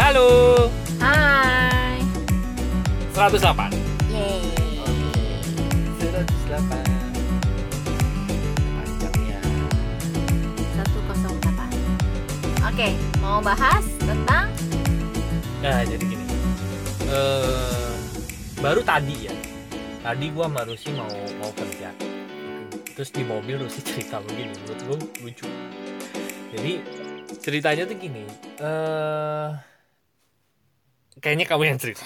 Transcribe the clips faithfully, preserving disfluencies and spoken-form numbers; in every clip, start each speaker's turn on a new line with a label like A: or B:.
A: Halo.
B: Hai.
A: seratus delapan.
B: Yeay.
A: seratus delapan. Panjangnya.
B: seratus delapan. Oke, mau bahas tentang
A: Nah, jadi gini. Eh, baru tadi ya. Tadi gua sama Rusi mau mau kerja. Terus di mobil Rusi cerita begini, menurut gua lucu. Jadi ceritanya tuh gini. Eh kayaknya kamu yang cerita.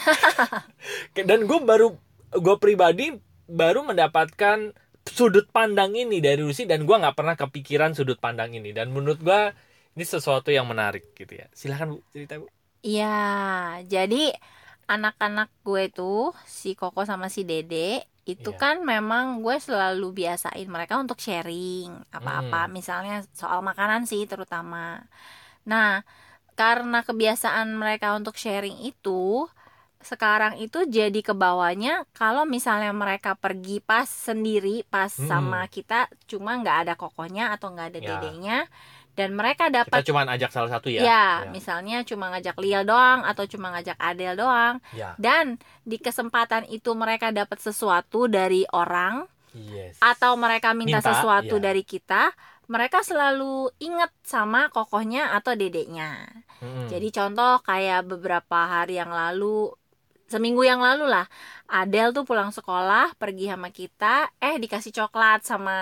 A: Dan gue baru gue pribadi baru mendapatkan sudut pandang ini dari Rusi, dan gue nggak pernah kepikiran sudut pandang ini, dan menurut gue ini sesuatu yang menarik gitu ya. Silahkan Bu, cerita Bu.
B: Iya, jadi anak-anak gue tuh si Koko sama si Dede itu
A: Iya.
B: kan memang gue selalu biasain mereka untuk sharing apa-apa,
A: Hmm.
B: misalnya soal makanan sih terutama. Nah, karena kebiasaan mereka untuk sharing itu sekarang itu jadi kebawanya kalau misalnya mereka pergi pas sendiri, pas
A: Hmm.
B: sama kita cuma nggak ada Kokonya atau nggak ada
A: Ya.
B: Dedenya, dan mereka
A: Kita
B: dapat
A: cuma ajak salah satu ya.
B: ya, misalnya cuma ngajak Liel doang atau cuma ngajak Adel doang,
A: Ya.
B: dan di kesempatan itu mereka dapat sesuatu dari orang
A: Yes.
B: atau mereka minta,
A: Minta,
B: sesuatu
A: ya.
B: dari kita, mereka selalu inget sama Kokohnya atau Dedeknya.
A: Hmm.
B: Jadi contoh kayak beberapa hari yang lalu, seminggu yang lalu lah, Adel tuh pulang sekolah pergi sama kita, eh dikasih coklat sama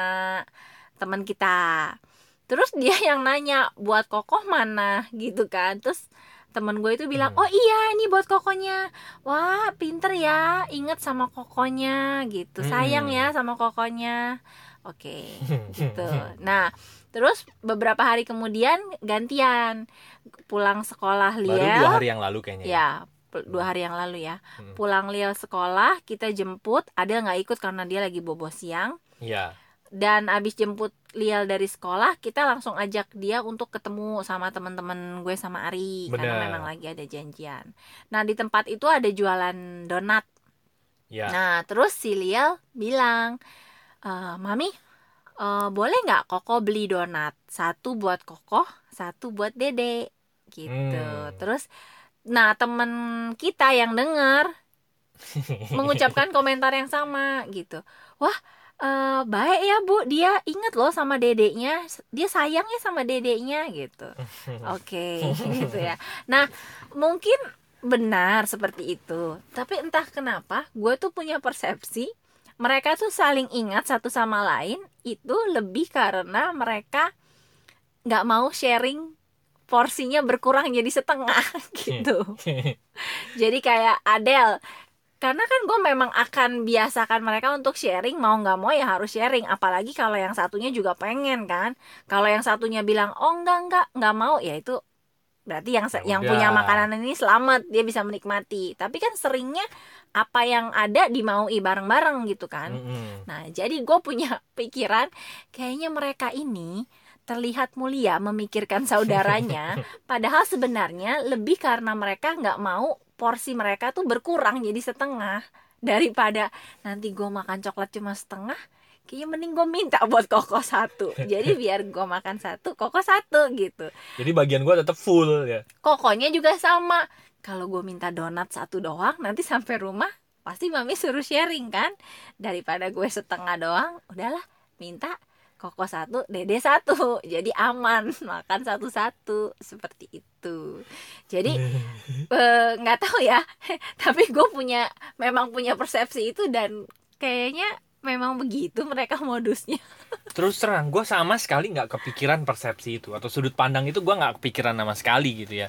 B: teman kita. Terus dia yang nanya, buat Kokoh mana gitu kan. Terus temen gue itu bilang,
A: Hmm.
B: oh iya ini buat Kokonya. Wah pinter ya, inget sama Kokonya gitu, sayang
A: Hmm.
B: ya sama Kokonya. Oke gitu. Nah terus beberapa hari kemudian gantian, pulang sekolah
A: Baru
B: Liel.
A: dua hari yang lalu kayaknya.
B: Ya, pu- dua hari yang lalu ya.
A: Hmm.
B: Pulang Liel sekolah, kita jemput. Adel nggak ikut karena dia lagi bobo siang.
A: Ya.
B: Dan abis jemput Liel dari sekolah, kita langsung ajak dia untuk ketemu sama teman-teman gue sama Ari. Karena
A: Bener.
B: memang lagi ada janjian. Nah di tempat itu ada jualan donat.
A: Ya.
B: Nah terus si Liel bilang, e, Mami, e, boleh nggak Koko beli donat? Satu buat Koko, satu buat Dede gitu.
A: Hmm.
B: Terus nah temen kita yang denger mengucapkan komentar yang sama gitu. Wah eh, baik ya Bu, dia inget loh sama dedeknya, dia sayangnya sama dedeknya gitu. Oke gitu ya. Nah mungkin benar seperti itu, tapi entah kenapa gue tuh punya persepsi mereka tuh saling ingat satu sama lain itu lebih karena mereka gak mau sharing, porsinya berkurang jadi setengah gitu. Jadi kayak Adel, karena kan gue memang akan biasakan mereka untuk sharing, mau gak mau ya harus sharing. Apalagi kalau yang satunya juga pengen kan. Kalau yang satunya bilang, oh enggak, enggak, enggak mau, ya itu berarti yang
A: Ya
B: yang
A: udah.
B: punya makanan ini selamat, dia bisa menikmati. Tapi kan seringnya apa yang ada dimaui bareng-bareng gitu kan.
A: Hmm.
B: Nah jadi gue punya pikiran, kayaknya mereka ini terlihat mulia memikirkan saudaranya, padahal sebenarnya lebih karena mereka nggak mau porsi mereka tuh berkurang jadi setengah. Daripada nanti gue makan coklat cuma setengah, kayaknya mending gue minta buat Koko satu. Jadi biar gue makan satu, Koko satu gitu.
A: Jadi bagian gue tetap full ya.
B: Kokonya juga sama. Kalau gue minta donat satu doang, nanti sampai rumah pasti Mami suruh sharing kan. Daripada gue setengah doang, udahlah minta Koko satu, Dede satu, jadi aman makan satu-satu seperti itu. Jadi nggak eh, tahu ya, tapi gue punya memang punya persepsi itu, dan kayaknya memang begitu mereka modusnya.
A: Terus terang, gue sama sekali nggak kepikiran persepsi itu atau sudut pandang itu, gue nggak kepikiran sama sekali gitu ya.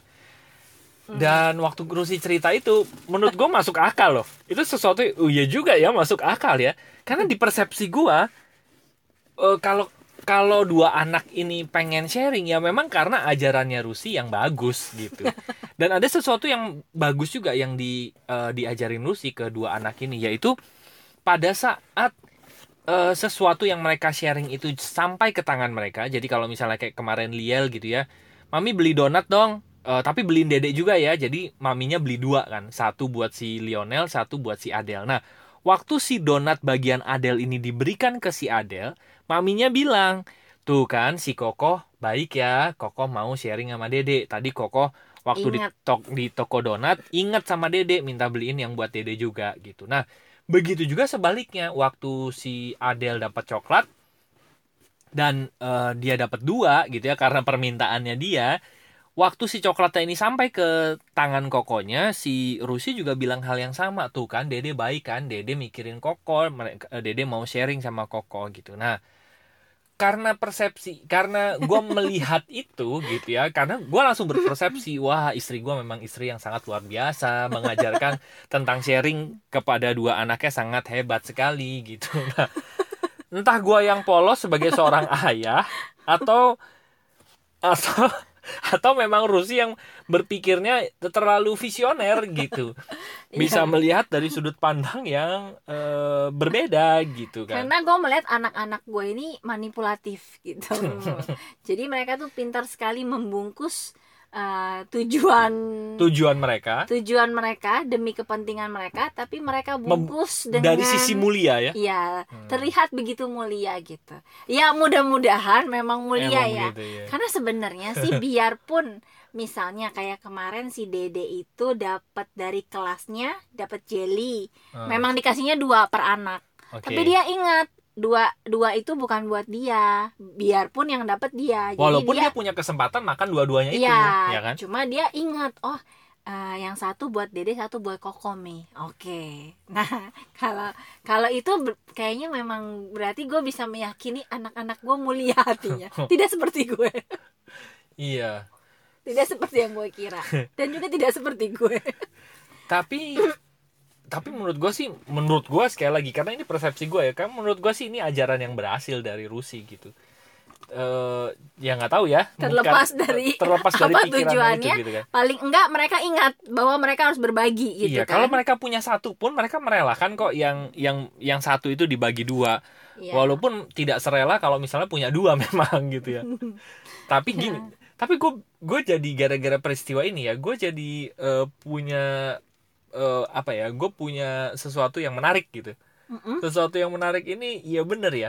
A: Dan waktu Rusi cerita itu, menurut gue masuk akal loh. Itu sesuatu, oh iya juga ya, masuk akal ya. Karena di persepsi gue, Uh, kalau kalau dua anak ini pengen sharing ya memang karena ajarannya Rusi yang bagus gitu. Dan ada sesuatu yang bagus juga yang di uh, diajarin Rusi ke dua anak ini, yaitu pada saat uh, sesuatu yang mereka sharing itu sampai ke tangan mereka. Jadi kalau misalnya kayak kemarin Liel gitu ya, Mami beli donat dong, uh, tapi beliin Dedek juga ya. Jadi maminya beli dua kan, satu buat si Lionel, satu buat si Adel. Nah waktu si donat bagian Adel ini diberikan ke si Adel, maminya bilang, tuh kan si Kokoh baik ya, Kokoh mau sharing sama Dede. Tadi Kokoh waktu di,
B: Ingat.
A: tok, di toko donat inget sama Dede minta beliin yang buat Dede juga gitu. Nah begitu juga sebaliknya, waktu si Adele dapat coklat dan uh, dia dapat dua gitu ya karena permintaannya dia. Waktu si coklatnya ini sampai ke tangan kokonya, si Rusi juga bilang hal yang sama. Tuh kan, Dede baik kan, Dede mikirin Koko, mereka, Dede mau sharing sama Koko gitu. Nah, karena persepsi, karena gue melihat itu gitu ya, karena gue langsung berpersepsi, wah istri gue memang istri yang sangat luar biasa, mengajarkan tentang sharing kepada dua anaknya sangat hebat sekali gitu. Nah, entah gue yang polos sebagai seorang ayah, atau atau atau memang Rusi yang berpikirnya terlalu visioner gitu, bisa
B: Iya.
A: melihat dari sudut pandang yang uh, berbeda gitu kan.
B: Karena gue melihat anak-anak gue ini manipulatif gitu. Jadi mereka tuh pintar sekali membungkus uh, tujuan
A: tujuan mereka
B: tujuan mereka demi kepentingan mereka, tapi mereka bungkus
A: Mem-
B: dengan
A: dari sisi mulia ya.
B: Iya,
A: hmm.
B: terlihat begitu mulia gitu. Ya mudah-mudahan memang mulia.
A: Emang
B: ya.
A: gitu, ya.
B: Karena sebenarnya sih biarpun misalnya kayak kemarin si Dede itu dapat dari kelasnya dapat jelly, hmm. memang dikasihnya dua per anak. Okay. Tapi dia ingat dua dua itu bukan buat dia, biarpun yang dapat dia.
A: Walaupun
B: Jadi dia,
A: dia punya kesempatan makan dua-duanya itu,
B: iya,
A: ya kan?
B: Cuma dia ingat, oh uh, yang satu buat Dede, satu buat Kokomi. Oke. Okay. Nah, kalau kalau itu ber- kayaknya memang berarti gue bisa meyakini anak-anak gue mulia hatinya. Tidak seperti gue.
A: Iya.
B: Tidak seperti yang gue kira. Dan juga tidak seperti gue.
A: Tapi tapi menurut gue sih, menurut gue sekali lagi, karena ini persepsi gue ya, kan menurut gue sih ini ajaran yang berhasil dari Rusi gitu. Uh, ya nggak tahu ya,
B: terlepas
A: bukan,
B: dari
A: terlepas dari
B: apa
A: pikiran
B: tujuannya,
A: itu, gitu kan.
B: Paling enggak mereka ingat bahwa mereka harus berbagi gitu.
A: Iya,
B: kan.
A: Kalau mereka punya satu pun mereka merelakan kok yang yang yang satu itu dibagi dua, iya. Walaupun tidak serela kalau misalnya punya dua memang gitu ya. Tapi gini, ya. Tapi gue gue jadi gara-gara peristiwa ini ya, gue jadi uh, punya uh, apa ya, gue punya sesuatu yang menarik gitu. Mm-mm. Sesuatu yang menarik ini, ya bener ya.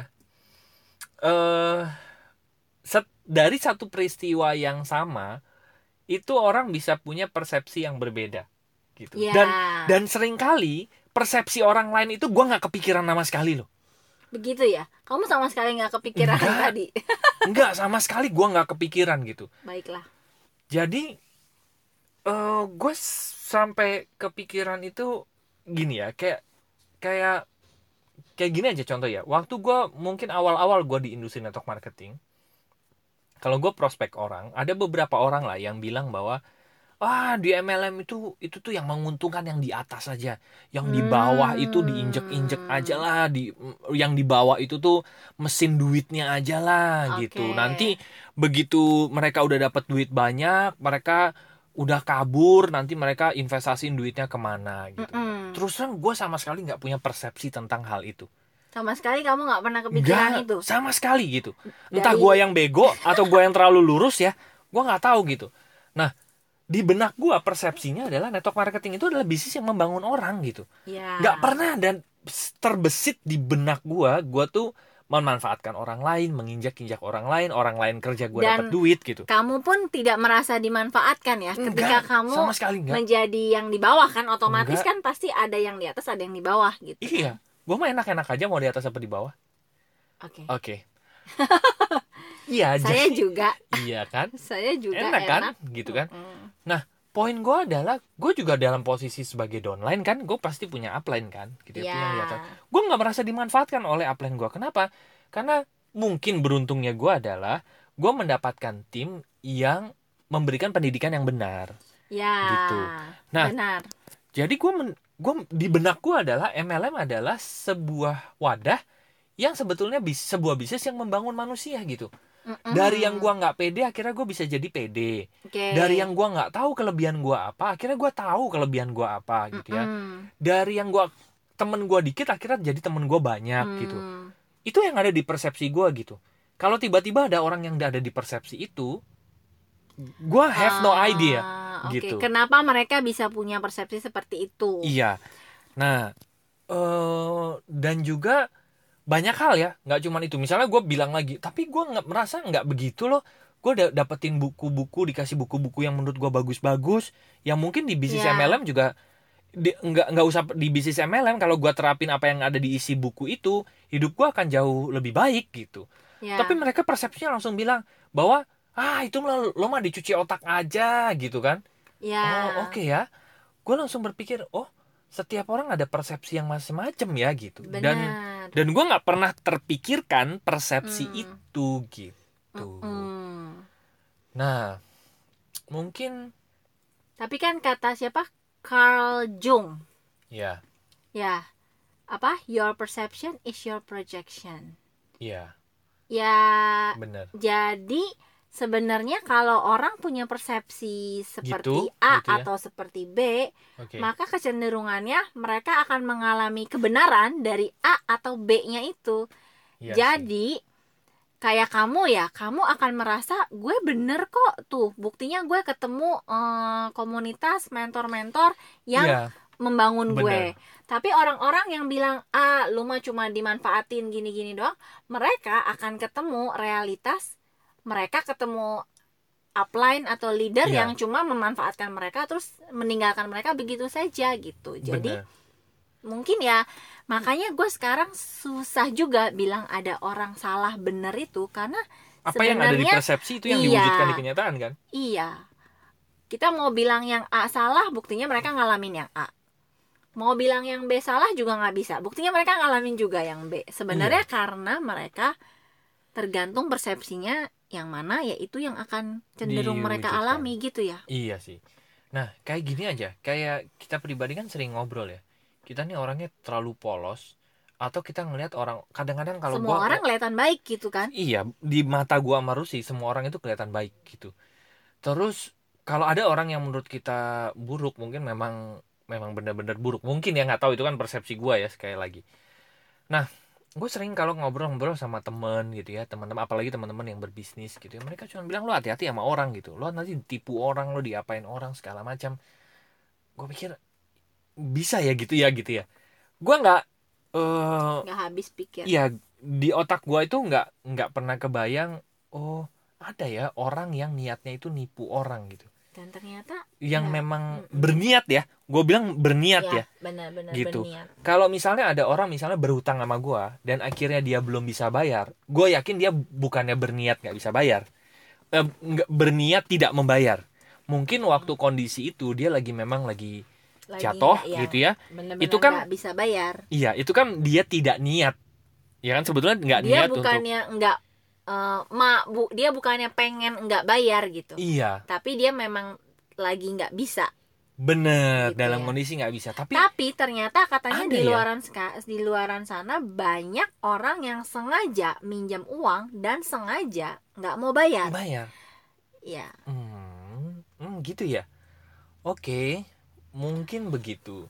A: Uh, set, dari satu peristiwa yang sama itu orang bisa punya persepsi yang berbeda gitu. Yeah. Dan dan seringkali persepsi orang lain itu gue nggak kepikiran sama sekali loh.
B: Begitu ya? Kamu sama sekali nggak kepikiran
A: enggak,
B: tadi?
A: Enggak, sama sekali gue nggak kepikiran gitu.
B: Baiklah.
A: Jadi uh, gue sampai kepikiran itu gini ya, kayak kayak kayak gini aja contoh ya. Waktu gue mungkin awal-awal gue di industri network marketing, kalau gue prospek orang, ada beberapa orang lah yang bilang bahwa ah di M L M itu itu tuh yang menguntungkan yang di atas aja, yang di bawah hmm. itu diinjek-injek aja lah, di yang di bawah itu tuh mesin duitnya aja lah, okay. gitu. Nanti begitu mereka udah dapat duit banyak, mereka udah kabur, nanti mereka investasiin duitnya kemana gitu. Mm-mm. Terus terang gue sama sekali nggak punya persepsi tentang hal itu.
B: Sama sekali kamu nggak pernah kepikiran
A: gak,
B: itu?
A: Sama sekali gitu. Entah Dari... gue yang bego atau gue yang terlalu lurus ya, gue nggak tahu gitu. Nah, di benak gue persepsinya adalah network marketing itu adalah bisnis yang membangun orang gitu.
B: Ya.
A: Nggak pernah dan terbesit di benak gue, gue tuh memanfaatkan orang lain, menginjak-injak orang lain, orang lain kerja gue dapat duit gitu.
B: Kamu pun tidak merasa dimanfaatkan ya? Ketika
A: enggak,
B: kamu
A: sama sekali enggak.
B: Menjadi yang di bawah kan, otomatis
A: enggak.
B: Kan pasti ada yang di atas, ada yang di bawah gitu.
A: Iya. Gue mah enak-enak aja mau di atas apa di bawah.
B: Oke.
A: Okay. Oke. Okay. Iya.
B: Saya
A: jadi,
B: juga.
A: Iya kan.
B: Saya juga
A: enak,
B: enak.
A: kan, gitu kan. Mm-hmm. Nah, poin gue adalah gue juga dalam posisi sebagai downline kan, gue pasti punya upline kan, gitu ya.
B: Yeah.
A: Gue nggak merasa dimanfaatkan oleh upline gue. Kenapa? Karena mungkin beruntungnya gue adalah gue mendapatkan tim yang memberikan pendidikan yang benar.
B: Ya.
A: Gitu. Nah.
B: Benar.
A: Jadi gue men- gue di benak gue adalah M L M adalah sebuah wadah yang sebetulnya bis, sebuah bisnis yang membangun manusia gitu. Mm-mm. Dari yang gue nggak pede akhirnya gue bisa jadi pede. Okay. Dari yang gue nggak tahu kelebihan gue apa akhirnya gue tahu kelebihan gue apa gitu ya. Mm-mm. Dari yang gue temen gue dikit akhirnya jadi temen gue banyak mm. gitu. Itu yang ada di persepsi gue gitu. Kalau tiba-tiba ada orang yang ada di persepsi itu, gue have no idea.
B: Oke,
A: gitu.
B: Kenapa mereka bisa punya persepsi seperti itu?
A: Iya. Nah, uh, dan juga banyak hal ya, nggak cuma itu. Misalnya gue bilang lagi, tapi gue nggak merasa nggak begitu loh. gue da- dapetin buku-buku, dikasih buku-buku yang menurut gue bagus-bagus, yang mungkin di bisnis
B: Ya.
A: M L M juga di, nggak nggak usah di bisnis M L M, kalau gue terapin apa yang ada di isi buku itu, hidup gue akan jauh lebih baik gitu.
B: Ya.
A: Tapi mereka persepsinya langsung bilang bahwa ah itu lo, lo mah dicuci otak aja gitu kan.
B: Ya.
A: Oh oke ya. Gue langsung berpikir, oh setiap orang ada persepsi yang macam-macam ya gitu. Dan
B: Benar.
A: dan gue nggak pernah terpikirkan persepsi
B: Hmm.
A: itu gitu.
B: Mm-mm.
A: Nah mungkin
B: Tapi kan kata siapa? Carl Jung.
A: ya
B: Ya. Apa? Your perception is your projection.
A: ya
B: Ya,
A: benar.
B: jadi sebenarnya kalau orang punya persepsi seperti
A: Gitu,
B: A
A: gitu ya.
B: atau seperti B,
A: Oke.
B: maka kecenderungannya mereka akan mengalami kebenaran dari A atau B-nya itu.
A: Iya sih.
B: Jadi kayak kamu ya, kamu akan merasa gue bener kok tuh. Buktinya gue ketemu eh, komunitas mentor-mentor yang
A: Iya,
B: membangun gue.
A: bener.
B: Tapi orang-orang yang bilang ah lu mah cuma dimanfaatin gini-gini doang, mereka akan ketemu realitas, mereka ketemu upline atau leader
A: Iya.
B: yang cuma memanfaatkan mereka terus meninggalkan mereka begitu saja gitu. Jadi
A: Bener.
B: mungkin ya makanya gue sekarang susah juga bilang ada orang salah bener itu, karena
A: Apa yang ada di
B: sebenarnya
A: persepsi itu yang
B: iya.
A: diwujudkan di kenyataan kan?
B: iya, kita mau bilang yang A salah, buktinya mereka ngalamin yang A. Mau bilang yang B salah juga nggak bisa, buktinya mereka ngalamin juga yang B. Sebenarnya
A: Iya.
B: karena mereka tergantung persepsinya yang mana, yaitu yang akan cenderung mereka
A: Diwujudkan.
B: alami gitu ya.
A: Iya sih. Nah, kayak gini aja. Kayak kita pribadi kan sering ngobrol ya. Kita nih orangnya terlalu polos. Atau kita ngelihat orang, kadang-kadang kalau
B: Semua
A: gua
B: orang kelihatan baik gitu kan.
A: iya, di mata gua sama Rusi, semua orang itu kelihatan baik gitu. Terus kalau ada orang yang menurut kita buruk, mungkin memang memang benar-benar buruk. Mungkin ya, nggak tahu, itu kan persepsi gua ya sekali lagi. Nah, gue sering kalau ngobrol-ngobrol sama temen gitu ya, teman-teman, apalagi teman-teman yang berbisnis gitu ya, mereka cuma bilang lo hati-hati sama orang gitu, lo nanti ditipu orang, lo diapain orang segala macam. Gue pikir bisa ya gitu ya gitu ya. Gue nggak eh
B: Nggak habis pikir.
A: ya di otak gue itu nggak nggak pernah kebayang, oh ada ya orang yang niatnya itu nipu orang gitu,
B: Dan ternyata
A: yang
B: ya,
A: memang
B: mm-mm.
A: berniat ya, gue bilang berniat ya.
B: benar-benar
A: Gitu.
B: berniat.
A: Kalau misalnya ada orang misalnya berhutang sama gue dan akhirnya dia belum bisa bayar, gue yakin dia bukannya berniat nggak bisa bayar, eh, nggak berniat tidak membayar. Mungkin waktu kondisi itu dia lagi memang lagi
B: Lagi
A: jatuh
B: nggak, ya,
A: gitu ya.
B: benar-benar
A: Itu kan
B: nggak bisa bayar.
A: iya, itu kan dia tidak niat. Ya kan sebetulnya nggak
B: Dia
A: niat untuk
B: bukannya nggak eh, ma bu dia bukannya pengen nggak bayar gitu,
A: iya,
B: tapi dia memang lagi nggak bisa.
A: bener,
B: Gitu
A: dalam
B: ya.
A: kondisi nggak bisa. Tapi
B: Tapi ternyata katanya
A: Ada
B: di
A: ya?
B: luaran ska- di luaran sana banyak orang yang sengaja minjam uang dan sengaja nggak mau bayar.
A: bayar.
B: Ya,
A: Hmm, hmm, gitu ya. Oke, mungkin begitu.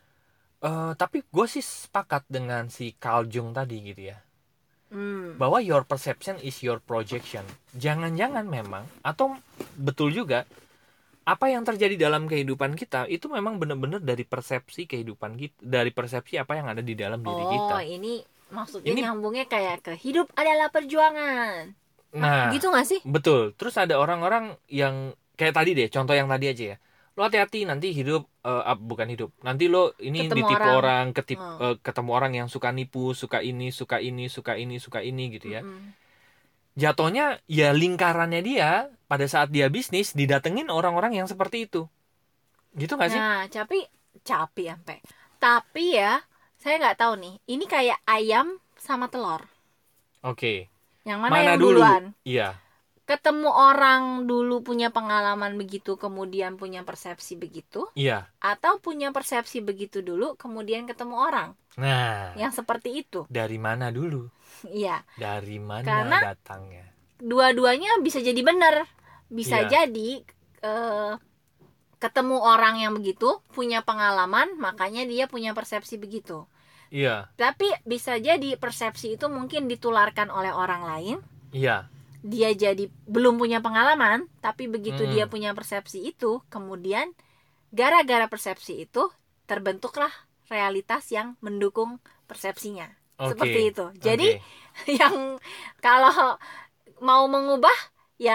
A: Eh, tapi gue sih sepakat dengan si Carl Jung tadi gitu ya,
B: hmm.
A: bahwa your perception is your projection. Jangan-jangan memang, atau betul juga, apa yang terjadi dalam kehidupan kita itu memang benar-benar dari persepsi kehidupan kita, dari persepsi apa yang ada di dalam diri kita.
B: Oh, ini maksudnya
A: Ini-
B: nyambungnya kayak ke hidup adalah perjuangan.
A: Nah,
B: Gitu nggak sih?
A: betul. Terus ada orang-orang yang kayak tadi deh, contoh yang tadi aja ya. Lo hati-hati nanti hidup eh, ah, bukan hidup. Nanti lo ini
B: Ketemu
A: ditipu
B: orang.
A: orang, ketip,
B: Oh.
A: eh, ketemu orang yang suka nipu, suka ini, suka ini, suka ini, suka ini gitu ya.
B: Mm-mm.
A: Jatuhnya ya lingkarannya dia pada saat dia bisnis didatengin orang-orang yang seperti itu. Gitu nggak sih?
B: Nah, tapi capi sampai. Tapi ya, saya nggak tahu nih. Ini kayak ayam sama telur.
A: Oke.
B: Yang mana,
A: Mana
B: yang
A: dulu?
B: duluan?
A: Iya.
B: Ketemu orang dulu punya pengalaman begitu, kemudian punya persepsi begitu,
A: Iya.
B: atau punya persepsi begitu dulu, kemudian ketemu orang
A: Nah,
B: yang seperti itu.
A: dari mana dulu?
B: Iya,
A: Dari mana
B: Karena-
A: datangnya?
B: dua-duanya bisa jadi benar. Bisa
A: Iya.
B: jadi eh, ketemu orang yang begitu, punya pengalaman, makanya dia punya persepsi begitu.
A: Iya.
B: Tapi bisa jadi persepsi itu mungkin ditularkan oleh orang lain.
A: Iya.
B: Dia jadi belum punya pengalaman, tapi begitu
A: Hmm.
B: dia punya persepsi itu, kemudian gara-gara persepsi itu terbentuklah realitas yang mendukung persepsinya.
A: Oke.
B: Seperti itu. Jadi
A: Oke.
B: yang kalau mau mengubah ya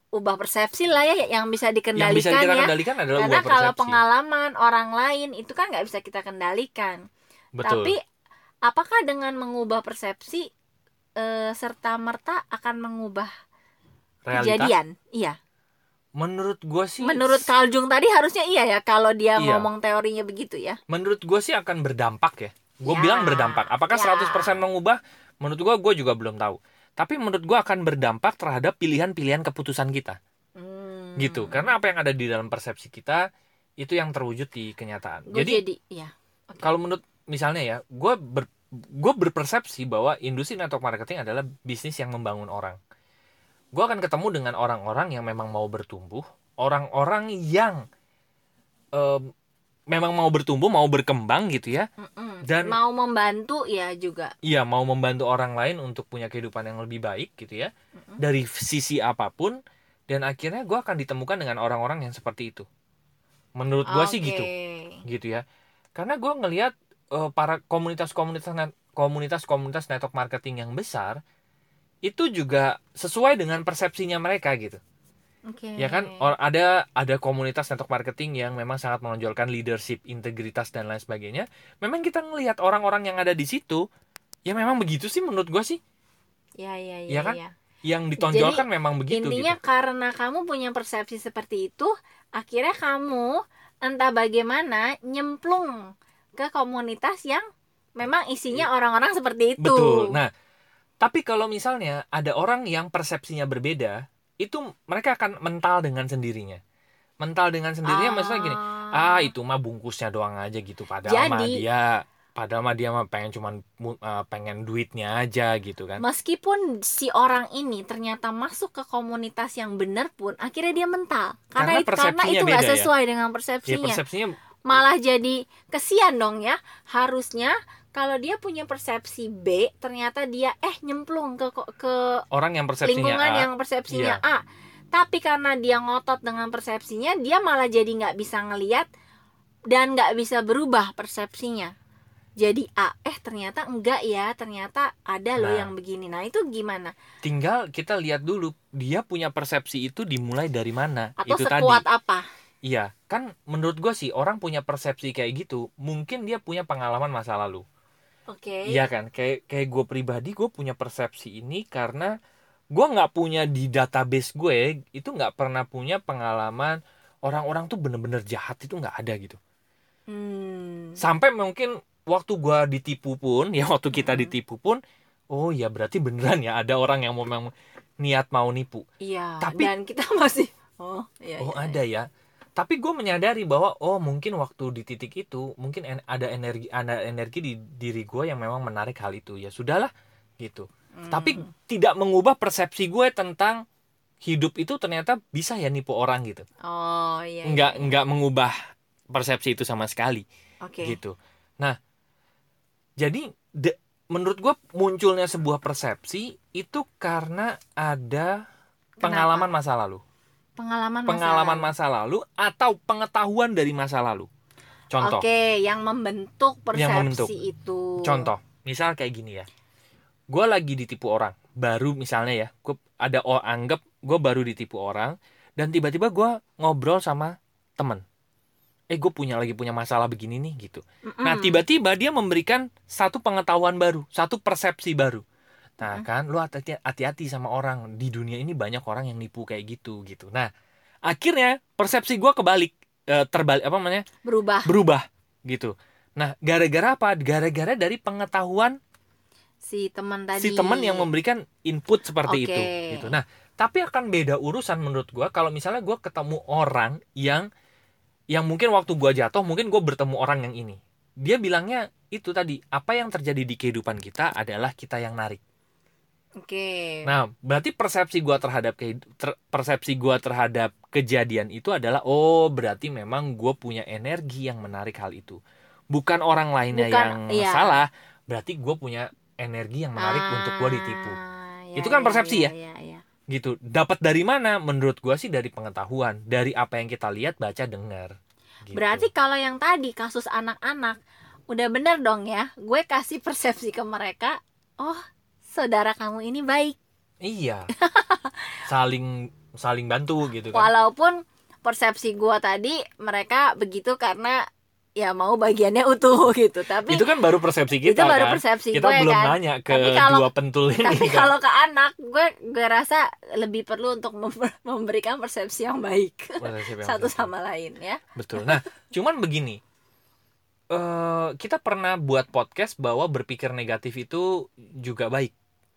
B: ubah persepsi lah ya, yang bisa dikendalikan
A: Yang bisa kita
B: ya.
A: kendalikan adalah
B: Karena
A: ubah persepsi.
B: kalau pengalaman orang lain itu kan nggak bisa kita kendalikan.
A: Betul.
B: Tapi apakah dengan mengubah persepsi eh, serta merta akan mengubah
A: Realita?
B: kejadian? Iya.
A: Menurut gue sih,
B: Menurut Carl Jung tadi harusnya iya ya, kalau dia
A: Iya.
B: ngomong teorinya begitu ya.
A: menurut gue sih akan berdampak ya. Gue
B: Ya,
A: bilang berdampak. Apakah
B: ya.
A: seratus persen mengubah? Menurut gue, gue juga belum tahu. Tapi menurut gue akan berdampak terhadap pilihan-pilihan keputusan kita.
B: Hmm.
A: Gitu. Karena apa yang ada di dalam persepsi kita itu yang terwujud di kenyataan.
B: Gua
A: Jadi,
B: jadi ya. Oke.
A: kalau menurut misalnya ya, gue ber, gue berpersepsi bahwa industri network marketing adalah bisnis yang membangun orang. Gue akan ketemu dengan orang-orang yang memang mau bertumbuh, orang-orang yang em, memang mau bertumbuh, mau berkembang gitu ya.
B: Mm-mm.
A: Dan
B: mau membantu ya juga.
A: iya, mau membantu orang lain untuk punya kehidupan yang lebih baik gitu ya. Dari sisi apapun, dan akhirnya gue akan ditemukan dengan orang-orang yang seperti itu. Menurut gue sih
B: Oke.
A: gitu. Gitu ya. Karena gue ngelihat eh, para komunitas-komunitas net- komunitas-komunitas network marketing yang besar itu juga sesuai dengan persepsinya mereka gitu.
B: Oke.
A: Ya kan, Or- ada ada komunitas network marketing yang memang sangat menonjolkan leadership, integritas dan lain sebagainya. Memang kita ngelihat orang-orang yang ada di situ, ya memang begitu sih menurut gue sih.
B: Ya ya ya.
A: Ya kan?
B: ya.
A: Yang ditonjolkan
B: Jadi,
A: memang begitu
B: Intinya
A: gitu.
B: karena kamu punya persepsi seperti itu, akhirnya kamu entah bagaimana nyemplung ke komunitas yang memang isinya orang-orang seperti itu.
A: Betul. Nah, tapi kalau misalnya ada orang yang persepsinya berbeda, itu mereka akan mental dengan sendirinya. Mental dengan sendirinya maksudnya gini, ah itu mah bungkusnya doang aja gitu. Padahal mah
B: Jadi-
A: dia, padahal mah dia mah pengen cuman mu- eh, pengen duitnya aja gitu kan.
B: Meskipun si orang ini ternyata masuk ke komunitas yang benar pun, akhirnya dia mental.
A: Karena
B: Karena, it- karena
A: persepsinya
B: itu nggak
A: beda ya.
B: sesuai dengan
A: Ya
B: persepsinya.
A: persepsinya
B: Malah jadi kesian dong ya. Harusnya kalau dia punya persepsi B, ternyata dia eh nyemplung ke ke
A: orang yang persepsinya
B: lingkungan
A: A,
B: yang persepsinya
A: iya.
B: A. Tapi karena dia ngotot dengan persepsinya, dia malah jadi nggak bisa ngelihat dan nggak bisa berubah persepsinya. Jadi A, eh ternyata enggak ya, ternyata ada loh
A: Nah.
B: yang begini. Nah itu gimana?
A: tinggal kita lihat dulu dia punya persepsi itu dimulai dari mana.
B: Atau
A: Itu
B: sekuat
A: tadi.
B: apa?
A: Iya, kan menurut gue sih orang punya persepsi kayak gitu, mungkin dia punya pengalaman masa lalu.
B: Oke.
A: Iya kan, kayak kayak gue pribadi gue punya persepsi ini karena gue nggak punya di database gue itu nggak pernah punya pengalaman orang-orang tuh bener-bener jahat itu nggak ada gitu.
B: Hmm.
A: Sampai mungkin waktu gue ditipu pun, ya waktu kita
B: Hmm.
A: ditipu pun, oh ya berarti beneran ya ada orang yang memang niat mau nipu.
B: Iya.
A: Tapi-
B: Dan kita masih. Oh, iya.
A: Oh
B: iya,
A: ada ya. Tapi gue menyadari bahwa oh mungkin waktu di titik itu mungkin en- ada energi ada energi di diri gue yang memang menarik hal itu. Ya sudahlah gitu.
B: Hmm.
A: Tapi tidak mengubah persepsi gue tentang hidup itu ternyata bisa ya nipu orang gitu.
B: Oh iya. iya,
A: Nggak
B: iya.
A: nggak mengubah persepsi itu sama sekali
B: Oke.
A: gitu. Nah, jadi de- menurut gue munculnya sebuah persepsi itu karena ada pengalaman masa lalu.
B: Pengalaman masa
A: Pengalaman
B: lalu.
A: masa lalu atau pengetahuan dari masa lalu. Contoh,
B: Oke, yang membentuk persepsi
A: Yang membentuk.
B: itu.
A: contoh, misal kayak gini ya. Gue lagi ditipu orang, baru misalnya ya, gue ada oh, anggap gue baru ditipu orang, dan tiba-tiba gue ngobrol sama temen. Eh, gue punya lagi punya masalah begini nih gitu.
B: Mm-mm.
A: Nah, tiba-tiba dia memberikan satu pengetahuan baru, satu persepsi baru. Nah, kan, lu hati- hati-hati sama orang. Di dunia ini banyak orang yang nipu kayak gitu gitu. Nah, akhirnya persepsi gue kebalik, eh, terbalik apa namanya?
B: berubah.
A: Berubah gitu. Nah, gara-gara apa? Gara-gara dari pengetahuan
B: Si teman tadi.
A: si teman yang memberikan input seperti
B: Oke.
A: itu gitu. Nah, tapi akan beda urusan menurut gua kalau misalnya gua ketemu orang yang yang mungkin waktu gua jatuh mungkin gua bertemu orang yang ini. Dia bilangnya itu tadi, apa yang terjadi di kehidupan kita adalah kita yang narik.
B: Oke.
A: Nah, berarti persepsi gua terhadap kehid- ter- persepsi gua terhadap kejadian itu adalah oh, berarti memang gua punya energi yang menarik hal itu. Bukan orang lainnya
B: Bukan,
A: yang
B: iya.
A: salah, berarti gua punya energi yang menarik
B: Ah,
A: untuk gua ditipu.
B: ya,
A: Itu kan persepsi ya?
B: ya, ya.
A: Gitu. Dapat dari mana? Menurut gua sih dari pengetahuan, dari apa yang kita lihat, baca, dengar. Gitu.
B: Berarti kalau yang tadi kasus anak-anak udah bener dong ya. Gue kasih persepsi ke mereka, oh saudara kamu ini baik.
A: iya. Saling saling bantu gitu kan.
B: Walaupun persepsi gua tadi mereka begitu karena ya mau bagiannya utuh gitu, tapi
A: itu kan baru persepsi kita.
B: itu baru
A: kan?
B: persepsi
A: kita
B: gue
A: belum
B: kan.
A: nanya ke
B: Tapi kalau-
A: dua pentul ini.
B: Tapi
A: kan.
B: kalau ke anak, gue gue rasa lebih perlu untuk mem- memberikan persepsi yang baik
A: Persepsi yang
B: satu
A: positif.
B: sama lain ya.
A: Betul. Nah, cuman begini, eh kita pernah buat podcast bahwa berpikir negatif itu juga baik.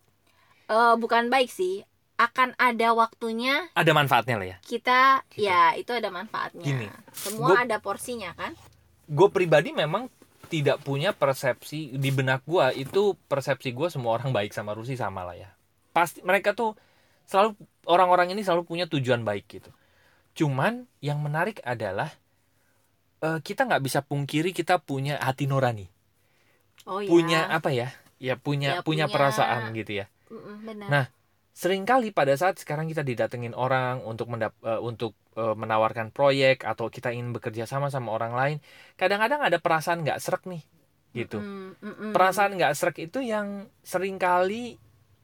B: Eh, bukan baik sih, akan ada waktunya
A: Ada manfaatnya lah ya.
B: kita
A: Gitu.
B: ya itu ada manfaatnya.
A: Gini,
B: Semua
A: gua-
B: ada porsinya kan.
A: Gue pribadi memang tidak punya persepsi di benak gue itu persepsi gue semua orang baik sama Rusi sama lah ya. Pasti mereka tuh selalu orang-orang ini selalu punya tujuan baik gitu. Cuman yang menarik adalah eh, kita nggak bisa pungkiri kita punya hati nurani,
B: Oh
A: punya
B: ya.
A: apa ya? Ya punya
B: Ya,
A: punya
B: punya-
A: perasaan gitu ya.
B: Mm-mm, benar.
A: Nah, seringkali pada saat sekarang kita didatengin orang untuk mendap eh, untuk eh, menawarkan proyek atau kita ingin bekerja sama sama orang lain, kadang-kadang ada perasaan nggak srek nih, gitu.
B: Mm-mm, mm-mm.
A: Perasaan nggak srek itu yang seringkali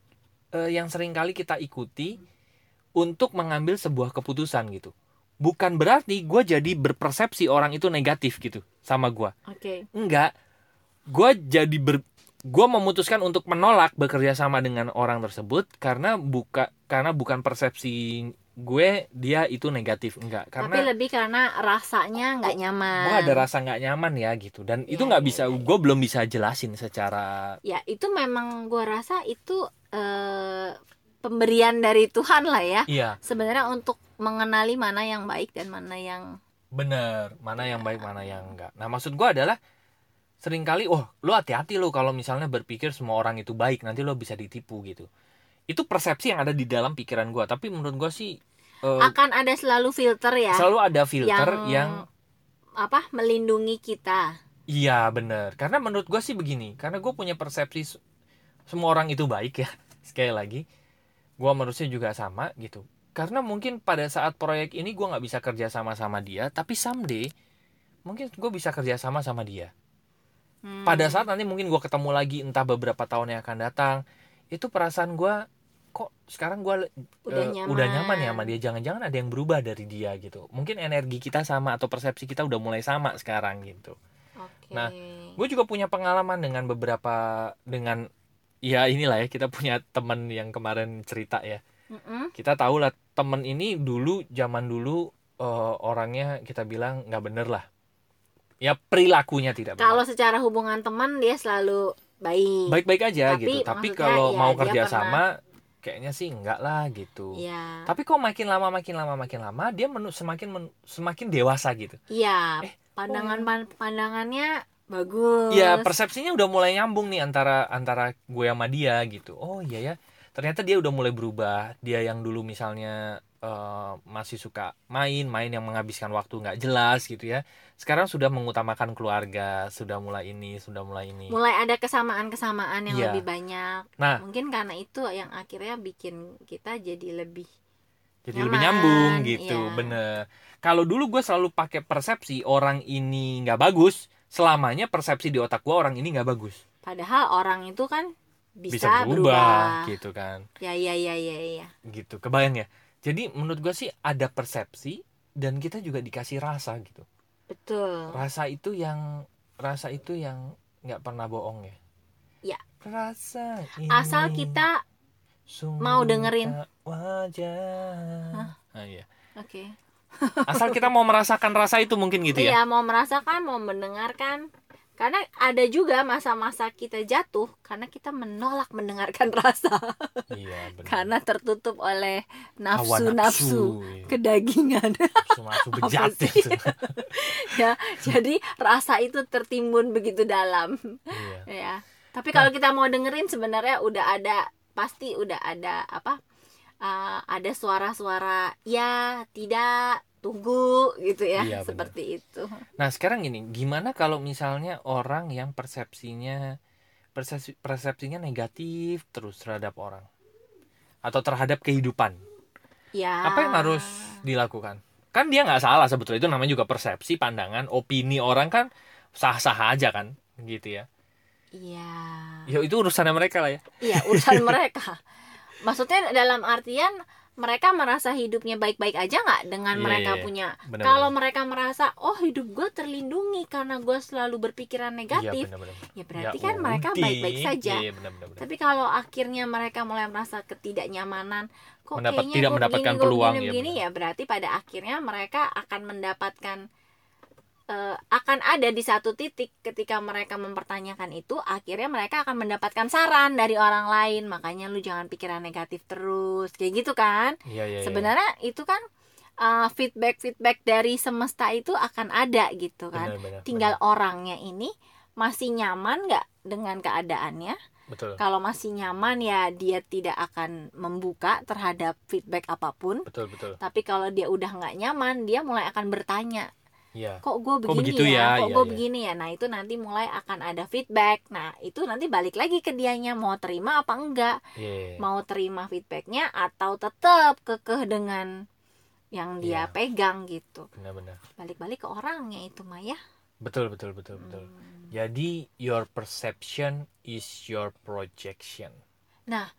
A: eh, yang seringkali kita ikuti untuk mengambil sebuah keputusan gitu. Bukan berarti gue jadi berpersepsi orang itu negatif gitu sama gue.
B: Oke.
A: Enggak, gue jadi ber gue memutuskan untuk menolak bekerja sama dengan orang tersebut karena buka karena bukan persepsi gue dia itu negatif, enggak,
B: Tapi
A: karena
B: lebih karena rasanya nggak nyaman.
A: gue ada rasa nggak nyaman ya gitu, dan itu
B: Iya,
A: nggak
B: iya,
A: bisa
B: iya.
A: gue belum bisa jelasin secara
B: Ya itu memang gue rasa itu eh, pemberian dari Tuhan lah ya.
A: iya
B: Sebenarnya untuk mengenali mana yang baik dan mana yang
A: bener, mana yang baik mana yang enggak. Nah maksud gue adalah seringkali, oh lo hati-hati lo kalau misalnya berpikir semua orang itu baik, nanti lo bisa ditipu gitu. Itu persepsi yang ada di dalam pikiran gue, tapi menurut gue sih eh,
B: akan ada selalu filter ya,
A: selalu ada filter
B: yang,
A: yang
B: apa melindungi kita.
A: iya bener. Karena menurut gue sih begini, karena gue punya persepsi s- semua orang itu baik ya. Sekali lagi, gue manusia juga sama gitu. Karena mungkin pada saat proyek ini gue nggak bisa kerja sama sama dia, tapi someday mungkin gue bisa kerja sama sama dia.
B: Hmm.
A: Pada saat nanti mungkin gue ketemu lagi entah beberapa tahun yang akan datang, itu perasaan gue kok sekarang gue
B: Udah
A: eh,
B: nyaman.
A: udah nyaman ya sama dia. Jangan-jangan ada yang berubah dari dia gitu. Mungkin energi kita sama atau persepsi kita udah mulai sama sekarang gitu.
B: Oke.
A: Nah, gue juga punya pengalaman dengan beberapa dengan ya inilah ya, kita punya teman yang kemarin cerita ya.
B: Mm-mm.
A: Kita tahu lah temen ini dulu zaman dulu eh, orangnya kita bilang nggak bener lah. Ya perilakunya tidak benar.
B: Kalau secara hubungan teman dia selalu baik.
A: Baik-baik aja
B: Tapi
A: gitu. Tapi
B: maksudnya
A: kalau
B: ya
A: mau
B: dia
A: kerja
B: pernah-
A: sama kayaknya sih enggak lah gitu.
B: Iya.
A: Tapi kok makin lama makin lama makin lama dia menu, semakin men- semakin dewasa gitu.
B: Iya.
A: Eh,
B: Pandangan pan- pandangannya bagus.
A: Iya, persepsinya udah mulai nyambung nih antara antara gue sama dia gitu. Oh iya ya. Ternyata dia udah mulai berubah. Dia yang dulu misalnya eh, masih suka main, main yang menghabiskan waktu nggak jelas gitu ya. Sekarang sudah mengutamakan keluarga, sudah mulai ini, sudah mulai ini.
B: Mulai ada kesamaan-kesamaan yang
A: Iya.
B: lebih banyak.
A: Nah,
B: Mungkin karena itu yang akhirnya bikin kita jadi lebih
A: jadi
B: nyaman,
A: lebih nyambung gitu,
B: iya.
A: bener. Kalau dulu gue selalu pakai persepsi orang ini nggak bagus, selamanya persepsi di otak gue orang ini nggak bagus.
B: padahal orang itu kan bisa,
A: Bisa berubah,
B: berubah.
A: gitu kan.
B: Ya ya ya ya ya.
A: Gitu, kebayang ya. Jadi menurut gue sih ada persepsi dan kita juga dikasih rasa gitu.
B: Betul.
A: Rasa itu yang rasa itu yang nggak pernah bohong ya.
B: Ya.
A: Rasa ini
B: Asal kita
A: sungguh
B: mau dengerin.
A: tak wajar.
B: Hah?
A: Ah, iya.
B: oke.
A: Asal kita mau merasakan rasa itu mungkin gitu ya.
B: Iya, mau merasakan, mau mendengarkan. Karena ada juga masa-masa kita jatuh karena kita menolak mendengarkan rasa.
A: Iya, benar.
B: Karena tertutup oleh
A: Hawa
B: nafsu-nafsu
A: iya.
B: kedagingan.
A: Nafsu-nafsu bejat
B: Apa sih?
A: itu.
B: Ya, jadi rasa itu tertimbun begitu dalam.
A: Iya.
B: Ya. Tapi kalau kita mau dengerin sebenarnya udah ada, pasti udah ada apa? uh, ada suara-suara ya, tidak, tunggu gitu ya,
A: Iya, benar.
B: seperti itu.
A: Nah, sekarang gini, gimana kalau misalnya orang yang persepsinya persepsi, persepsinya negatif terus terhadap orang atau terhadap kehidupan?
B: Ya.
A: Apa yang harus dilakukan? Kan dia nggak salah sebetulnya, itu namanya juga persepsi, pandangan, opini orang kan sah-sah aja kan, gitu ya.
B: Iya.
A: Ya itu urusannya mereka lah ya.
B: Iya, urusan mereka. Maksudnya dalam artian mereka merasa hidupnya baik-baik aja nggak dengan
A: Iya,
B: mereka
A: iya.
B: punya.
A: Benar,
B: Kalau
A: benar.
B: mereka merasa oh hidup gue terlindungi karena gue selalu berpikiran negatif,
A: Iya, benar-benar.
B: ya berarti
A: Ya
B: kan mereka
A: udah.
B: baik-baik saja.
A: Iya, benar-benar.
B: Tapi kalau akhirnya mereka mulai merasa ketidaknyamanan, kok
A: Mendapat-
B: kayaknya
A: tidak
B: gue
A: mendapatkan
B: begini, gue
A: peluang,
B: begini,
A: ya
B: begini,
A: benar.
B: ya berarti pada akhirnya mereka akan mendapatkan eh, akan ada di satu titik ketika mereka mempertanyakan itu, akhirnya mereka akan mendapatkan saran dari orang lain. Makanya lu jangan pikiran negatif terus, kayak gitu kan.
A: Iya, iya, iya.
B: Sebenarnya itu kan uh, feedback-feedback dari semesta itu akan ada gitu kan.
A: Benar, benar,
B: Tinggal
A: benar.
B: orangnya ini masih nyaman nggak dengan keadaannya.
A: Betul.
B: Kalau masih nyaman ya dia tidak akan membuka terhadap feedback apapun.
A: Betul, betul.
B: Tapi kalau dia udah nggak nyaman, dia mulai akan bertanya,
A: Iya.
B: kok gue
A: Kok
B: begini
A: begitu
B: ya,
A: ya?
B: kok
A: Iya,
B: gue
A: iya.
B: begini ya. Nah itu nanti mulai akan ada feedback. Nah itu nanti balik lagi ke dianya mau terima apa enggak,
A: Iya.
B: mau terima feedbacknya atau tetap kekeh dengan yang dia
A: Iya.
B: pegang gitu.
A: Benar-benar.
B: Balik-balik ke orangnya itu mah ya.
A: Betul, betul, betul, betul.
B: Hmm.
A: Jadi your perception is your projection.
B: Nah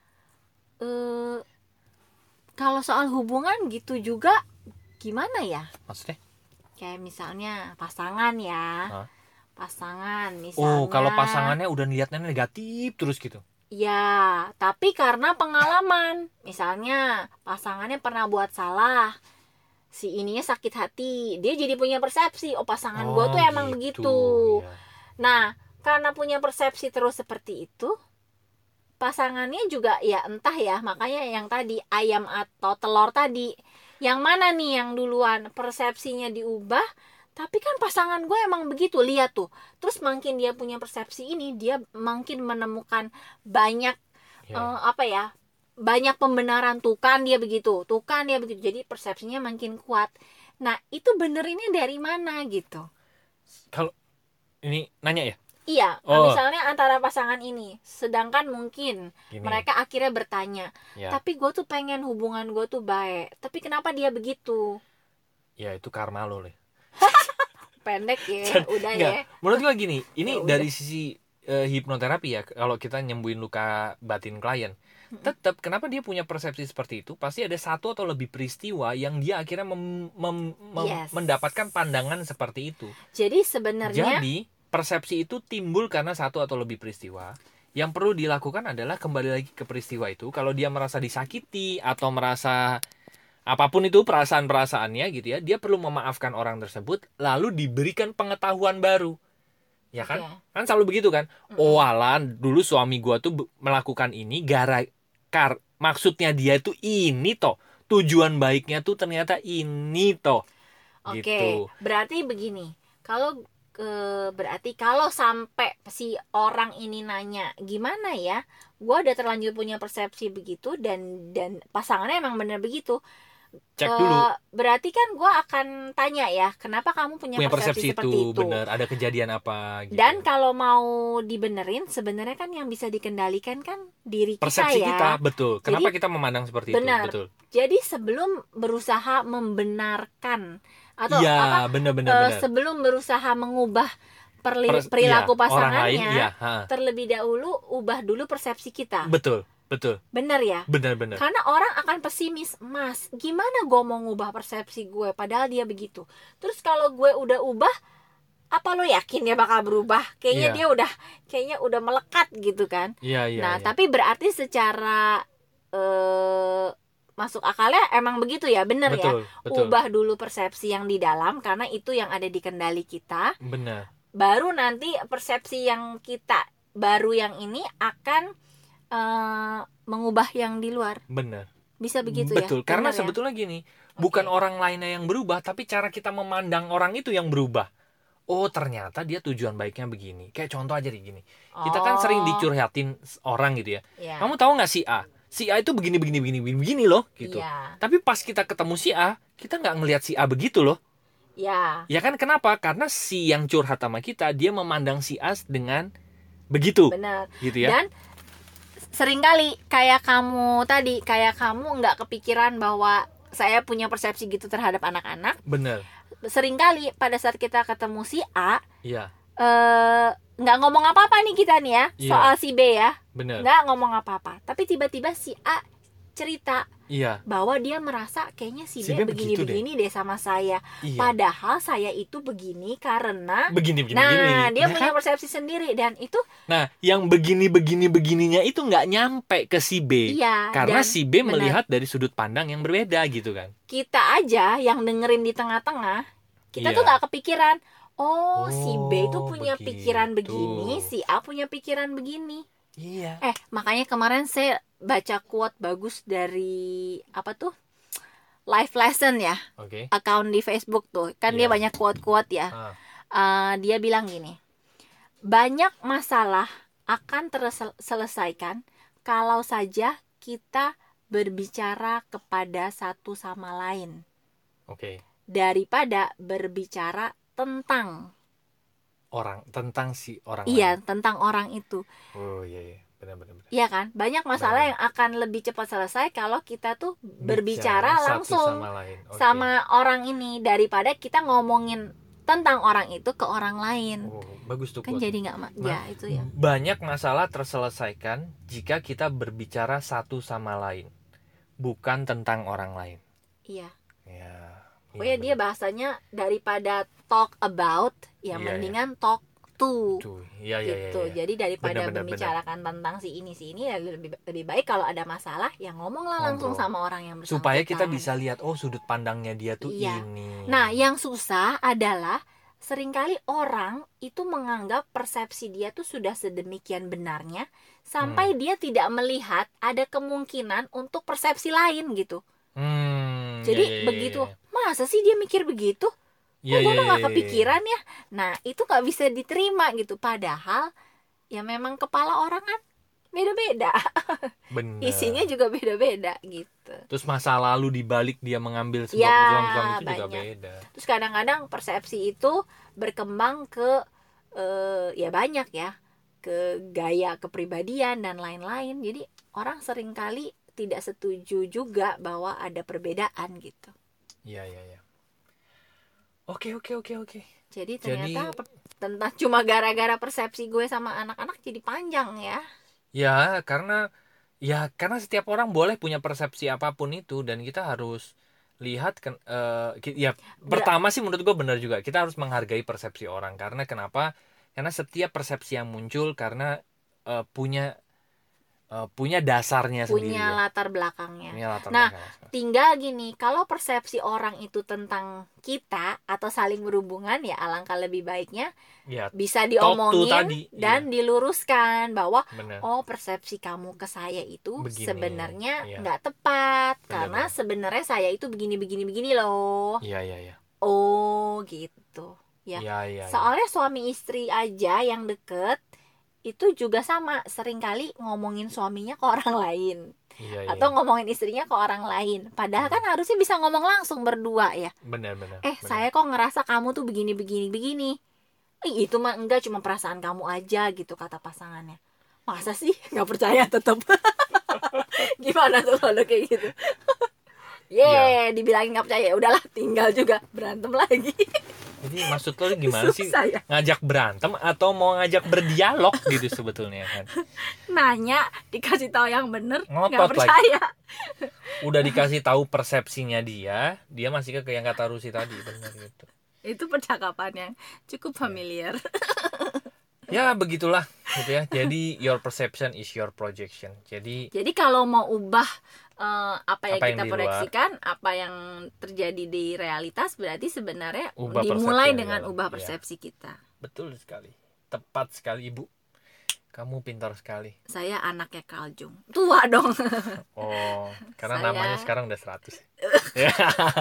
B: eh, kalau soal hubungan gitu juga gimana ya?
A: Maksudnya?
B: Kayak misalnya pasangan ya.
A: Hah?
B: Pasangan misalnya.
A: Oh, kalau pasangannya udah lihatnya negatif terus gitu.
B: Ya, tapi karena pengalaman. Misalnya pasangannya pernah buat salah, si ininya sakit hati, dia jadi punya persepsi, oh pasangan gue tuh emang
A: gitu,
B: begitu.
A: ya.
B: Nah, karena punya persepsi terus seperti itu, pasangannya juga ya entah ya, makanya yang tadi ayam atau telur tadi, yang mana nih yang duluan persepsinya diubah. Tapi kan pasangan gue emang begitu, lihat tuh. Terus makin dia punya persepsi ini, dia makin menemukan banyak
A: Ya.
B: eh, apa ya, banyak pembenaran. Tuh kan dia begitu, tuh kan dia begitu. Jadi persepsinya makin kuat. Nah itu benerinnya dari mana gitu?
A: Kalau ini nanya ya?
B: Iya,
A: Oh.
B: misalnya antara pasangan ini, sedangkan mungkin
A: Gini.
B: mereka akhirnya bertanya,
A: Ya.
B: tapi gue tuh pengen hubungan gue tuh baik, tapi kenapa dia begitu?
A: Ya itu karma lo, Le.
B: Pendek ya, udah
A: Enggak.
B: ya.
A: Menurut gua gini, ini
B: Ya udah.
A: dari sisi eh, hipnoterapi ya, kalau kita nyembuhin luka batin klien, tetap kenapa dia punya persepsi seperti itu? Pasti ada satu atau lebih peristiwa yang dia akhirnya mem- mem- mem-
B: Yes.
A: mendapatkan pandangan seperti itu.
B: Jadi sebenarnya
A: Jadi persepsi itu timbul karena satu atau lebih peristiwa. Yang perlu dilakukan adalah kembali lagi ke peristiwa itu. Kalau dia merasa disakiti atau merasa apapun itu perasaan-perasaannya gitu ya, dia perlu memaafkan orang tersebut, lalu diberikan pengetahuan baru. Ya kan?
B: Oke.
A: Kan selalu begitu kan? Oh alah, dulu suami gua tuh be- melakukan ini gara kar maksudnya dia itu ini toh. Tujuan baiknya tuh ternyata ini toh.
B: Oke,
A: Gitu.
B: berarti begini. Kalau ke berarti kalau sampai si orang ini nanya gimana ya, gue udah terlanjur punya persepsi begitu dan dan pasangannya emang bener begitu.
A: Cek
B: Eh,
A: dulu
B: berarti kan gue akan tanya ya, kenapa kamu punya,
A: punya
B: persepsi,
A: persepsi
B: seperti
A: itu,
B: itu?
A: bener ada kejadian apa gitu.
B: Dan kalau mau dibenerin, sebenarnya kan yang bisa dikendalikan kan diri kita
A: persepsi
B: ya.
A: kita, betul. Kenapa
B: Jadi,
A: kita memandang seperti
B: benar.
A: itu? Betul.
B: Jadi sebelum berusaha membenarkan atau
A: Iya,
B: apa?
A: benar-benar
B: eh,
A: benar.
B: sebelum berusaha mengubah perli-
A: Pers-
B: perilaku
A: iya, orang lain,
B: pasangannya,
A: iya, ha.
B: terlebih dahulu ubah dulu persepsi kita.
A: Betul, betul.
B: Bener ya?
A: Benar-benar.
B: Karena orang akan pesimis, Mas, gimana gue mau ngubah persepsi gue padahal dia begitu. Terus kalau gue udah ubah, apa lo yakin dia bakal berubah? Kayaknya
A: Iya.
B: dia udah kayaknya udah melekat gitu kan.
A: Iya, iya.
B: Nah,
A: iya.
B: tapi berarti secara eh, masuk akalnya emang begitu ya, bener ya?
A: betul, betul.
B: Ubah dulu persepsi yang di dalam karena itu yang ada di kendali kita.
A: Benar.
B: Baru nanti persepsi yang kita baru yang ini akan eh, mengubah yang di luar.
A: Benar.
B: Bisa begitu
A: Betul.
B: ya?
A: Karena
B: Benar ya?
A: sebetulnya gini, bukan
B: Oke.
A: orang lainnya yang berubah, tapi cara kita memandang orang itu yang berubah. Oh, ternyata dia tujuan baiknya begini. Kayak contoh aja nih gini. Kita kan sering
B: Oh,
A: dicurhatin orang gitu ya.
B: ya.
A: Kamu tahu nggak si A? Si A itu begini begini begini begini, begini loh gitu.
B: Iya.
A: Tapi pas kita ketemu si A, kita nggak ngelihat si A begitu loh.
B: Ya.
A: Ya kan kenapa? Karena si yang curhat sama kita, dia memandang si A dengan begitu,
B: Benar.
A: gitu ya.
B: Dan seringkali kayak kamu tadi, kayak kamu nggak kepikiran bahwa saya punya persepsi gitu terhadap anak-anak.
A: Bener.
B: Seringkali pada saat kita ketemu si A,
A: Iya,
B: eh, nggak ngomong apa-apa nih kita nih ya
A: Iya.
B: soal si B ya,
A: bener.
B: nggak ngomong apa-apa. Tapi tiba-tiba si A cerita
A: Iya.
B: bahwa dia merasa kayaknya si,
A: Si
B: B
A: B begitu
B: begini-begini deh. deh sama saya.
A: Iya.
B: Padahal saya itu begini karena
A: Begini begini
B: nah
A: begini.
B: dia
A: Nah,
B: punya
A: kan?
B: persepsi sendiri dan itu
A: Nah, yang begini begini begininya itu nggak nyampe ke si B.
B: iya.
A: Karena
B: Dan
A: si B
B: benar.
A: melihat dari sudut pandang yang berbeda gitu kan.
B: Kita aja yang dengerin di tengah-tengah, kita
A: Iya.
B: tuh nggak kepikiran. Oh, si B itu
A: Oh,
B: punya
A: begitu.
B: pikiran begini, si A punya pikiran begini.
A: Iya.
B: Eh, makanya kemarin saya baca quote bagus dari apa tuh? Life Lesson ya,
A: Oke.
B: account di Facebook tuh. Kan dia
A: Iya.
B: banyak quote-quote ya.
A: Ah.
B: Uh, dia bilang gini, banyak masalah akan terselesaikan kalau saja kita berbicara kepada satu sama lain
A: Oke.
B: daripada berbicara tentang
A: Orang tentang si orang
B: iya
A: lain.
B: tentang orang itu.
A: Oh iya, iya. Benar-benar.
B: Iya kan, banyak masalah
A: Benar.
B: yang akan lebih cepat selesai kalau kita tuh berbicara
A: Bicara satu
B: langsung
A: sama lain. Oke.
B: sama orang ini daripada kita ngomongin tentang orang itu ke orang lain.
A: Oh, bagus tuh.
B: Kan
A: quote.
B: jadi nggak ma-
A: Nah,
B: ya itu ya.
A: Banyak masalah terselesaikan jika kita berbicara satu sama lain, bukan tentang orang lain.
B: Iya.
A: Ya.
B: Oh ya dia bahasanya daripada talk about ya
A: Iya,
B: mendingan talk to.
A: Tuh, iya iya
B: Gitu.
A: iya.
B: Jadi daripada
A: Benar, benar,
B: membicarakan tentang si ini si ini ya lebih lebih baik kalau ada masalah ya ngomonglah langsung
A: Ngobrol.
B: sama orang yang bersangkutan.
A: Supaya kita bisa lihat oh sudut pandangnya dia tuh
B: Iya.
A: ini.
B: Nah, yang susah adalah seringkali orang itu menganggap persepsi dia tuh sudah sedemikian benarnya sampai dia tidak melihat ada kemungkinan untuk persepsi lain gitu.
A: Hmm,
B: Jadi
A: iya, iya,
B: begitu,
A: iya.
B: masa sih dia mikir begitu?
A: Iya,
B: Kok gue
A: iya,
B: mah
A: iya,
B: gak
A: iya.
B: kepikiran ya? Nah, itu gak bisa diterima gitu. Padahal ya memang kepala orang kan beda-beda.
A: Bener.
B: Isinya juga beda-beda gitu.
A: Terus masa lalu dibalik dia mengambil sebuah
B: Ya,
A: keputusan itu juga
B: banyak.
A: beda.
B: Terus kadang-kadang persepsi itu berkembang ke eh, ya banyak ya, ke gaya kepribadian dan lain-lain. Jadi orang seringkali tidak setuju juga bahwa ada perbedaan gitu.
A: Iya iya iya. Oke oke oke oke.
B: Jadi
A: Jadi
B: ternyata per- tentang cuma gara-gara persepsi gue sama anak-anak jadi panjang ya.
A: ya karena ya karena setiap orang boleh punya persepsi apapun itu dan kita harus lihat kan eh, ki- ya
B: Ber-
A: pertama sih menurut gue benar juga kita harus menghargai persepsi orang karena kenapa? Karena setiap persepsi yang muncul karena eh, punya eh, punya dasarnya sendiri.
B: Punya
A: ya.
B: latar belakangnya.
A: Punya latar
B: Nah,
A: belakang.
B: tinggal gini, kalau persepsi orang itu tentang kita atau saling berhubungan ya alangkah lebih baiknya
A: Ya,
B: bisa
A: talk to
B: diomongin
A: tadi,
B: dan diluruskan bahwa
A: benar.
B: oh persepsi kamu ke saya itu
A: Begini,
B: sebenarnya
A: iya.
B: nggak tepat
A: Benar,
B: karena
A: benar.
B: sebenarnya saya itu begini begini begini loh.
A: Iya iya iya.
B: Oh gitu ya.
A: Iya iya. iya.
B: Soalnya suami istri aja yang deket itu juga sama seringkali ngomongin suaminya ke orang lain
A: Iya, iya.
B: atau ngomongin istrinya ke orang lain. Padahal kan harusnya bisa ngomong langsung berdua ya.
A: benar benar.
B: Eh
A: benar.
B: saya kok ngerasa kamu tuh begini begini begini. Eh, itu mah enggak cuma perasaan kamu aja gitu kata pasangannya. Masa sih nggak percaya tetap. Gimana tuh kalau kayak gitu? Ye, dibilangin nggak percaya, udahlah tinggal juga berantem lagi.
A: Jadi maksud lo gimana sih?
B: Susah ya.
A: Ngajak berantem atau mau ngajak berdialog gitu sebetulnya kan?
B: Nanya dikasih tahu yang bener nggak
A: Ngotot
B: percaya.
A: Udah dikasih tahu persepsinya dia, dia masih ke yang kata Rusi tadi benar gitu.
B: Itu percakapan yang cukup familiar.
A: Ya begitulah gitu ya. Jadi your perception is your projection. Jadi
B: Jadi kalau mau ubah eh, apa yang
A: Apa yang
B: kita
A: di luar.
B: proyeksikan, apa yang terjadi di realitas, berarti sebenarnya
A: Ubah
B: dimulai
A: persepsi yang
B: dengan
A: di dalam.
B: ubah
A: Iya.
B: persepsi kita.
A: betul sekali. Tepat sekali Ibu. Kamu pintar sekali.
B: Saya anaknya Carl Jung. Tua dong.
A: Oh, karena
B: Saya-
A: namanya sekarang udah seratus. Ya.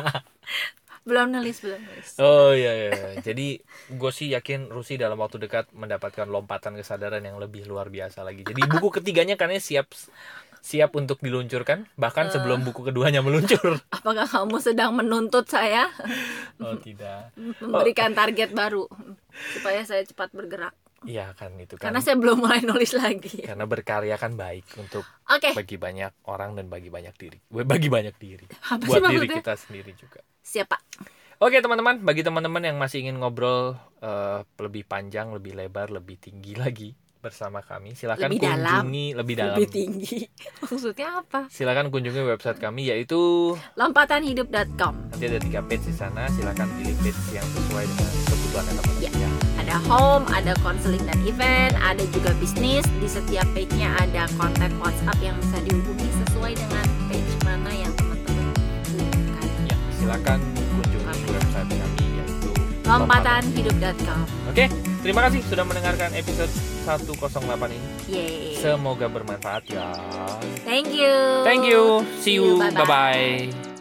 B: belum nulis, belum nulis.
A: Oh iya, iya iya. Jadi gue sih yakin Rusi dalam waktu dekat mendapatkan lompatan kesadaran yang lebih luar biasa lagi. Jadi buku ketiganya karena siap siap untuk diluncurkan bahkan sebelum buku keduanya meluncur.
B: Apakah kamu sedang menuntut saya
A: Oh tidak.
B: memberikan target baru supaya saya cepat bergerak?
A: Iya kan itu kan.
B: Karena saya belum mulai nulis lagi.
A: Karena berkarya kan baik untuk
B: Oke,
A: bagi banyak orang dan bagi banyak diri. Bagi banyak diri.
B: Apa sih
A: Buat diri
B: maksudnya?
A: kita sendiri juga.
B: siapa?
A: Oke teman-teman, bagi teman-teman yang masih ingin ngobrol eh, lebih panjang, lebih lebar, lebih tinggi lagi bersama kami, silakan
B: Lebih dalam.
A: kunjungi lebih dalam.
B: Lebih tinggi. Maksudnya apa?
A: Silakan kunjungi website kami yaitu
B: lompatan hidup dot com.
A: nanti ada tiga page di sana. Silakan pilih page yang sesuai dengan kebutuhan teman-teman.
B: Ya.
A: Ya.
B: Ada home, ada konseling dan event, ada juga bisnis. Di setiap page-nya ada kontak WhatsApp yang bisa dihubungi sesuai dengan page mana yang teman-teman butuhkan.
A: Ya, silakan kunjungi website kami yaitu
B: lompatan hidup dot com.
A: Oke, terima kasih sudah mendengarkan episode seratus delapan ini.
B: Yeay.
A: Semoga bermanfaat ya.
B: Thank you.
A: Thank you. See you.
B: Bye-bye.
A: Bye bye.